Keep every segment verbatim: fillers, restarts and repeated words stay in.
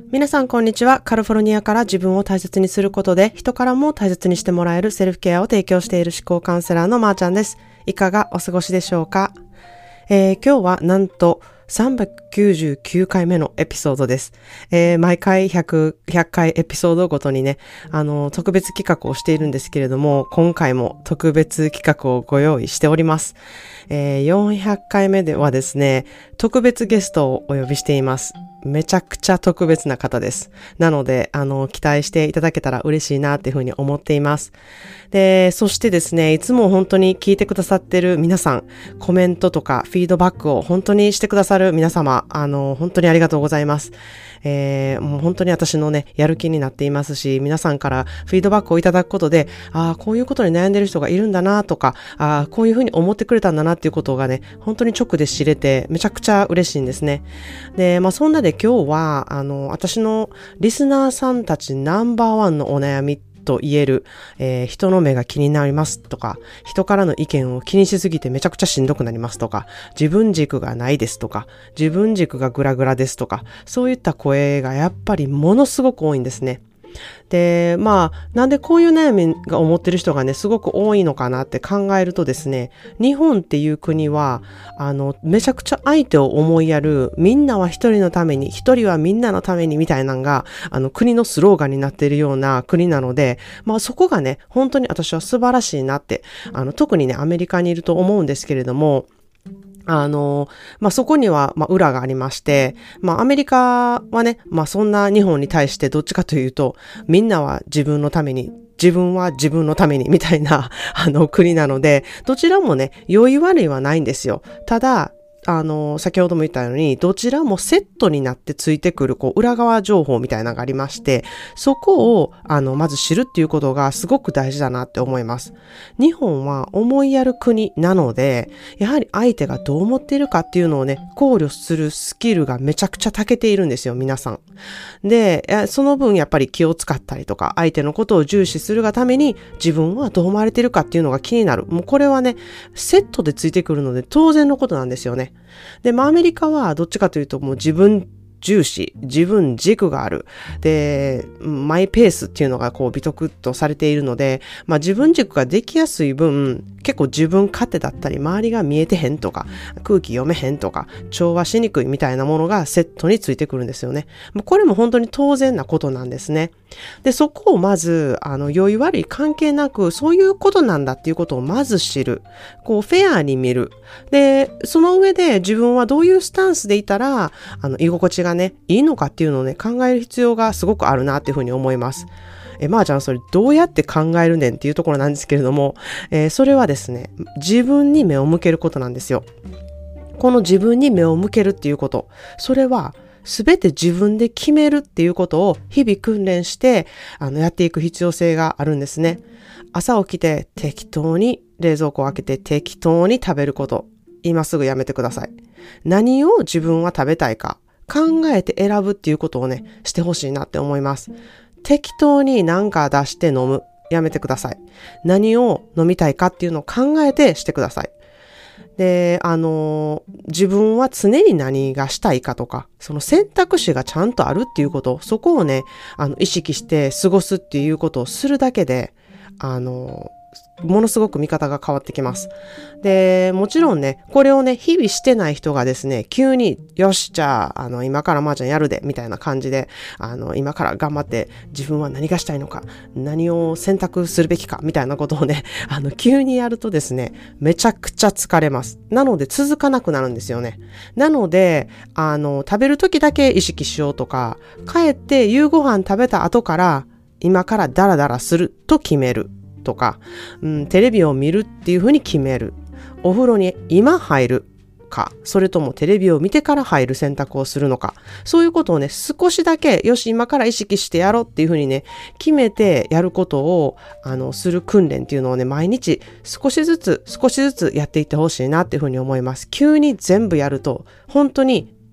皆さんこんにちは。カリフォルニアから自分を大切にすることで人からも大切にしてもらえるセルフケアを提供している思考カウンセラーのまーちゃんです。いかがお過ごしでしょうか？えー、今日はなんとさんびゃくきゅうじゅうきゅうかいめのエピソードです。えー、毎回ひゃく、ひゃっかいエピソードごとにね、あの、特別企画をしているんですけれども、今回も特別企画をご用意しております。えー、よんひゃっかいめではですね、特別ゲストをお呼びしています。めちゃくちゃ特別な方です。なので、あの、期待していただけたら嬉しいなっていうふうに思っています。で、そしてですね、いつも本当に聞いてくださってる皆さん、コメントとかフィードバックを本当にしてくださる皆様、あの、本当にありがとうございます。えー、もう本当に私のね、やる気になっていますし、皆さんからフィードバックをいただくことで、ああ、こういうことに悩んでる人がいるんだなとか、ああ、こういうふうに思ってくれたんだなっていうことがね、本当に直で知れて、めちゃくちゃ嬉しいんですね。で、まあそんなで今日は、あの、私のリスナーさんたちナンバーワンのお悩みと言える、えー、人の目が気になりますとか、人からの意見を気にしすぎてめちゃくちゃしんどくなりますとか、自分軸がないですとか、自分軸がグラグラですとか、そういった声がやっぱりものすごく多いんですね。で、まあ、なんでこういう悩みが思ってる人がね、すごく多いのかなって考えるとですね、日本っていう国は、あの、めちゃくちゃ相手を思いやる、みんなは一人のために、一人はみんなのためにみたいなのが、あの、国のスローガンになっているような国なので、まあそこがね、本当に私は素晴らしいなって、あの、特にね、アメリカにいると思うんですけれども、あの、まあ、そこには、まあ、裏がありまして、まあ、アメリカはね、まあ、そんな日本に対してどっちかというと、みんなは自分のために、自分は自分のためにみたいな、あの、国なので、どちらもね、良い悪いはないんですよ。ただ、あの、先ほども言ったように、どちらもセットになってついてくる、こう、裏側情報みたいなのがありまして、そこを、あの、まず知るっていうことがすごく大事だなって思います。日本は思いやる国なので、やはり相手がどう思っているかっていうのをね、考慮するスキルがめちゃくちゃ長けているんですよ、皆さん。で、その分やっぱり気を使ったりとか、相手のことを重視するがために、自分はどう思われているかっていうのが気になる。もうこれはね、セットでついてくるので当然のことなんですよね。で、まあアメリカはどっちかというともう自分重視、自分軸がある。で、マイペースっていうのがこう美徳とされているので、まあ自分軸ができやすい分、結構自分勝手だったり、周りが見えてへんとか、空気読めへんとか、調和しにくいみたいなものがセットについてくるんですよね。これも本当に当然なことなんですね。で、そこをまず、あの、良い悪い関係なく、そういうことなんだっていうことをまず知る。こう、フェアに見る。で、その上で自分はどういうスタンスでいたら、あの、居心地がね、いいのかっていうのをね、考える必要がすごくあるなっていうふうに思います。え、まーちゃん、それどうやって考えるねんっていうところなんですけれども、えー、それはですね、自分に目を向けることなんですよ。この自分に目を向けるっていうこと、それは、すべて自分で決めるっていうことを日々訓練して、あの、やっていく必要性があるんですね。朝起きて適当に冷蔵庫を開けて適当に食べること、今すぐやめてください。何を自分は食べたいか、考えて選ぶっていうことをね、してほしいなって思います。適当に何か出して飲む、やめてください。何を飲みたいかっていうのを考えてしてください。で、あの、自分は常に何がしたいかとか、その選択肢がちゃんとあるっていうこと、そこをね、あの、意識して過ごすっていうことをするだけで、あの、ものすごく見方が変わってきます。で、もちろんね、これをね、日々してない人がですね、急に、よし、じゃあ、あの、今からまーちゃんやるで、みたいな感じで、あの、今から頑張って自分は何がしたいのか、何を選択するべきか、みたいなことをね、あの、急にやるとですね、めちゃくちゃ疲れます。なので、続かなくなるんですよね。なので、あの、食べるときだけ意識しようとか、帰って夕ご飯食べた後から、今からダラダラすると決める。とか、うん、テレビを見るっていうふうに決める。お風呂に今入るか、それともテレビを見てから入る選択をするのか、そういうことをね、少しだけ、よし、今から意識してやろうっていうふうにね、決めてやることを、あの、する訓練っていうのをね、毎日少しずつ、少しずつやっていってほしいなっていうふうに思います。急に全部やると、本当に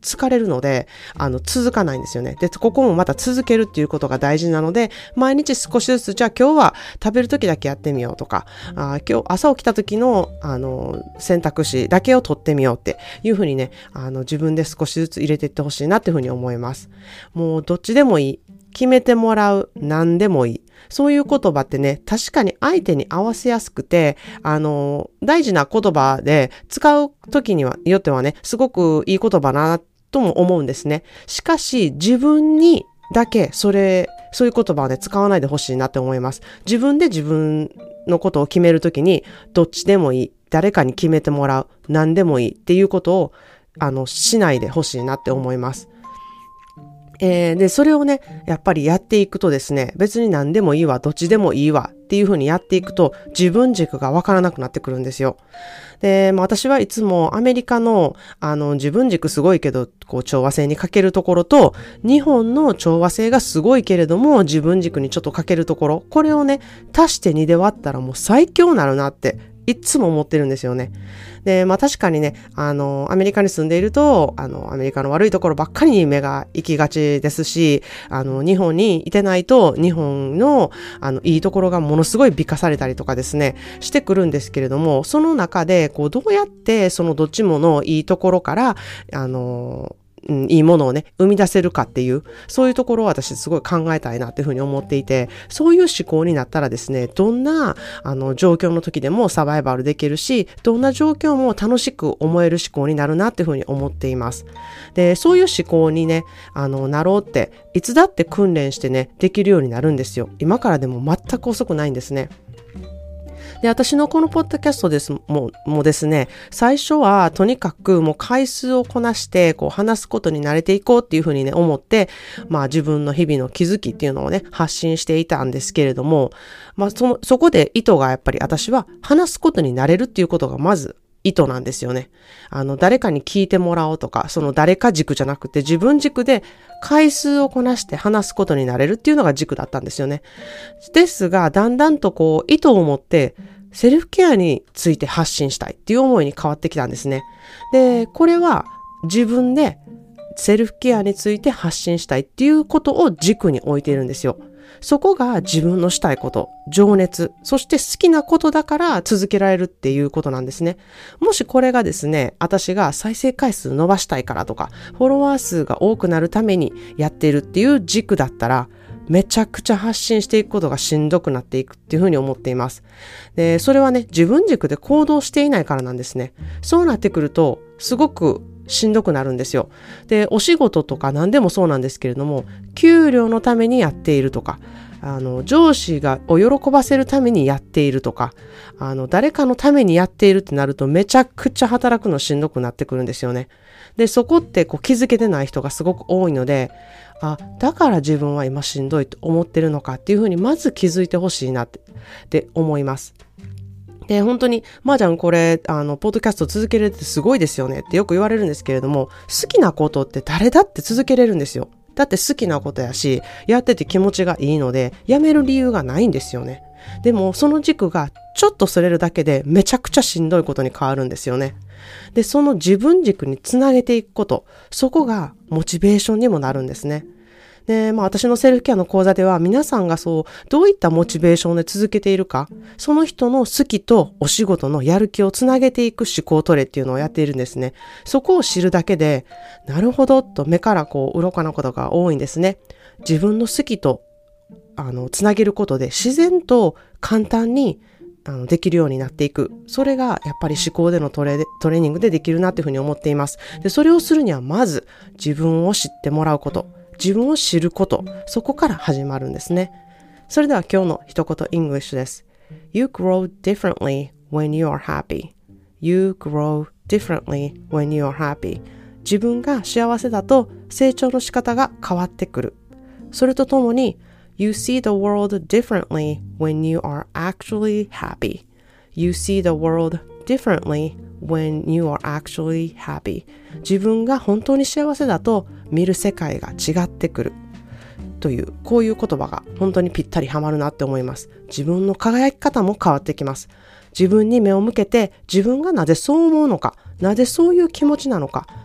疲れるので、あの、続かないんですよね。で、ここもまた続けるっていうことが大事なので、毎日少しずつ、じゃあ今日は食べる時だけやってみようとか、あ今日朝起きた時の、あの、選択肢だけを取ってみようっていうふうにね、あの、自分で少しずつ入れていってほしいなっていうふうに思います。もう、どっちでもいい。決めてもらう。何でもいい。そういう言葉ってね、確かに相手に合わせやすくて、あの、大事な言葉で使う時には、よってはね、すごくいい言葉なとも思うんですね。しかし、自分にだけ、それ、そういう言葉をね、使わないでほしいなって思います。自分で自分のことを決めるときに、どっちでもいい。誰かに決めてもらう。何でもいいっていうことを、あの、しないでほしいなって思います。えー、で、それをね、やっぱりやっていくとですね、別に何でもいいわ、どっちでもいいわっていう風にやっていくと、自分軸がわからなくなってくるんですよ。で、まあ、私はいつもアメリカの、あの、自分軸すごいけど、こう、調和性に欠けるところと、日本の調和性がすごいけれども、自分軸にちょっと欠けるところ、これをね、足してにで割ったらもう最強になるなって、いつも思ってるんですよね。で、まあ確かにね、あの、アメリカに住んでいると、あの、アメリカの悪いところばっかりに目が行きがちですし、あの、日本にいてないと、日本の、あの、いいところがものすごい美化されたりとかですね、してくるんですけれども、その中で、こう、どうやって、そのどっちものいいところから、あの、うん、いいものをね、生み出せるかっていう、そういうところを私すごい考えたいなっていうふうに思っていて、そういう思考になったらですね、どんな、あの、状況の時でもサバイバルできるし、どんな状況も楽しく思える思考になるなっていうふうに思っています。で、そういう思考にね、あの、なろうって、いつだって訓練してね、できるようになるんですよ。今からでも全く遅くないんですね。で、私のこのポッドキャストですも、もですね、最初はとにかくもう回数をこなして、こう話すことに慣れていこうっていうふうにね、思って、まあ自分の日々の気づきっていうのをね、発信していたんですけれども、まあその、そこで意図がやっぱり私は話すことに慣れるっていうことがまず意図なんですよね。あの、誰かに聞いてもらおうとか、その誰か軸じゃなくて自分軸で回数をこなして話すことになれるっていうのが軸だったんですよね。ですが、だんだんとこう、意図を持って、セルフケアについて発信したいっていう思いに変わってきたんですね。で、これは自分でセルフケアについて発信したいっていうことを軸に置いているんですよ。そこが自分のしたいこと、情熱、そして好きなことだから続けられるっていうことなんですね。もしこれがですね、私が再生回数伸ばしたいからとか、フォロワー数が多くなるためにやっているっていう軸だったら、めちゃくちゃ発信していくことがしんどくなっていくっていうふうに思っています。で、それはね、自分軸で行動していないからなんですね。そうなってくると、すごくしんどくなるんですよ。で、お仕事とか何でもそうなんですけれども、給料のためにやっているとか、あの、上司がを喜ばせるためにやっているとか、あの、誰かのためにやっているってなると、めちゃくちゃ働くのしんどくなってくるんですよね。で、そこってこう気づけてない人がすごく多いので、あ、だから自分は今しんどいと思ってるのかっていうふうにまず気づいてほしいなって、って思います。で、本当に、まーちゃんこれ、あの、ポッドキャスト続けれてすごいですよねってよく言われるんですけれども、好きなことって誰だって続けれるんですよ。だって好きなことやし、やってて気持ちがいいので、やめる理由がないんですよね。でも、その軸がちょっとそれるだけでめちゃくちゃしんどいことに変わるんですよね。で、その自分軸につなげていくこと、そこがモチベーションにもなるんですね。で、まあ私のセルフケアの講座では皆さんがそう、どういったモチベーションで続けているか、その人の好きとお仕事のやる気をつなげていく思考トレっていうのをやっているんですね。そこを知るだけで、なるほどと目からこう、愚かなことが多いんですね。自分の好きと、あの、つなげることで自然と簡単にあのできるようになっていく。それがやっぱり思考でのトレ、トレーニングでできるなっていうふうに思っています。で、それをするにはまず自分を知ってもらうこと。自分を知ること、そこから始まるんですね。それでは今日の一言 English です。You grow differently when you are happy. You grow differently when you are happy. 自分が幸せだと成長の仕方が変わってくる。それとともに You see the world differently when you are actually happy. You see the world differently when you are actually happy. 自分が本当に幸せだと見る世界が違ってくるという、こういう言葉が本当にぴったりはまるなって思います。自分の輝き方も変わってきます。自分に目を向けて自分がなぜそう思うのか、なぜそういう気持ちなのか、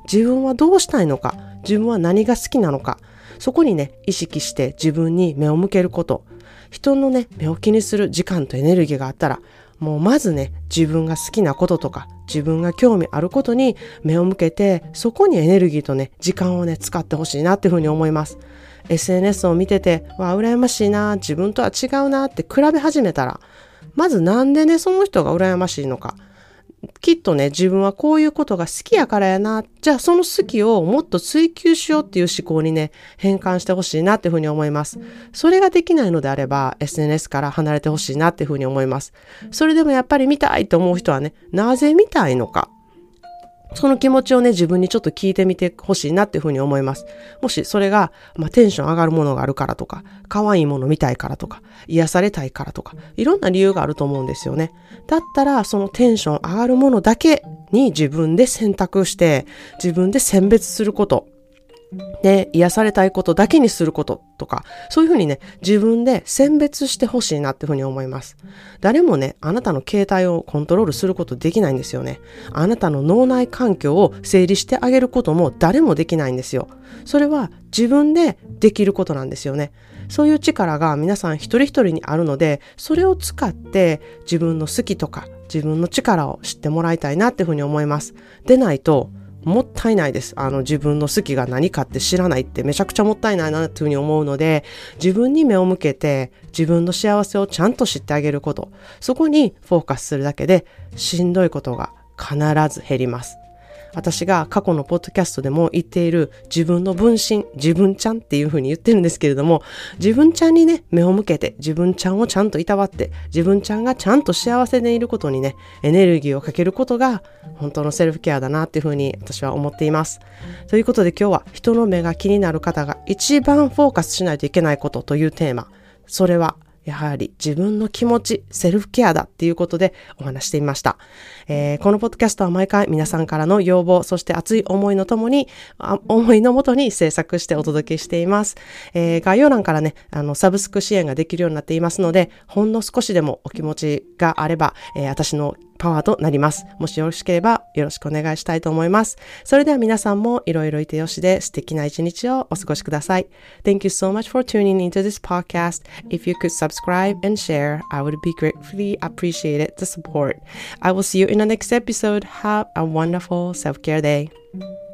自分はどうしたいのか、自分は何が好きなのか、そこにね、意識して自分に目を向けること。人のね、目を気にする時間とエネルギーがあったら、もうまずね、自分が好きなこととか、自分が興味あることに目を向けて、そこにエネルギーとね、時間をね、使ってほしいなっていうふうに思います。エスエヌエス を見てて、わ、羨ましいな、自分とは違うなって比べ始めたら、まずなんでね、その人が羨ましいのか。きっとね、自分はこういうことが好きやからやな。じゃあその好きをもっと追求しようっていう思考にね、変換してほしいなっていうふうに思います。それができないのであれば、エスエヌエス から離れてほしいなっていうふうに思います。それでもやっぱり見たいと思う人はね、なぜ見たいのか。その気持ちをね、自分にちょっと聞いてみてほしいなっていうふうに思います。もしそれが、まあ、テンション上がるものがあるからとか、可愛いもの見たいからとか、癒されたいからとか、いろんな理由があると思うんですよね。だったら、そのテンション上がるものだけに自分で選択して、自分で選別すること。で、癒されたいことだけにすることとか、そういうふうにね、自分で選別してほしいなっていうふうに思います。誰もね、あなたの携帯をコントロールすることできないんですよね。あなたの脳内環境を整理してあげることも誰もできないんですよ。それは自分でできることなんですよね。そういう力が皆さん一人一人にあるので、それを使って自分の好きとか自分の力を知ってもらいたいなっていうふうに思います。でないと、もったいないです。あの自分の好きが何かって知らないってめちゃくちゃもったいないなっていうふうに思うので、自分に目を向けて自分の幸せをちゃんと知ってあげること、そこにフォーカスするだけでしんどいことが必ず減ります。私が過去のポッドキャストでも言っている自分の分身、自分ちゃんっていう風に言ってるんですけれども、自分ちゃんにね、目を向けて、自分ちゃんをちゃんといたわって、自分ちゃんがちゃんと幸せでいることにね、エネルギーをかけることが本当のセルフケアだなっていう風に私は思っています。ということで今日は人の目が気になる方が一番フォーカスしないといけないことというテーマ、それはやはり自分の気持ち、セルフケアだっていうことでお話してみました。えー、このポッドキャストは毎回皆さんからの要望、そして熱い思いのともに、思いのもとに制作してお届けしています。えー、概要欄からね、あの、サブスク支援ができるようになっていますので、ほんの少しでもお気持ちがあれば、えー、私のパワーとなります。もしよろしければよろしくお願いしたいと思います。それでは皆さんもいろいろいてよしで素敵な一日をお過ごしください。Thank you so much for tuning into this podcast. If you could subscribe and share, I would be gratefully appreciated the support. I will see you in the next episode. Have a wonderful self-care day.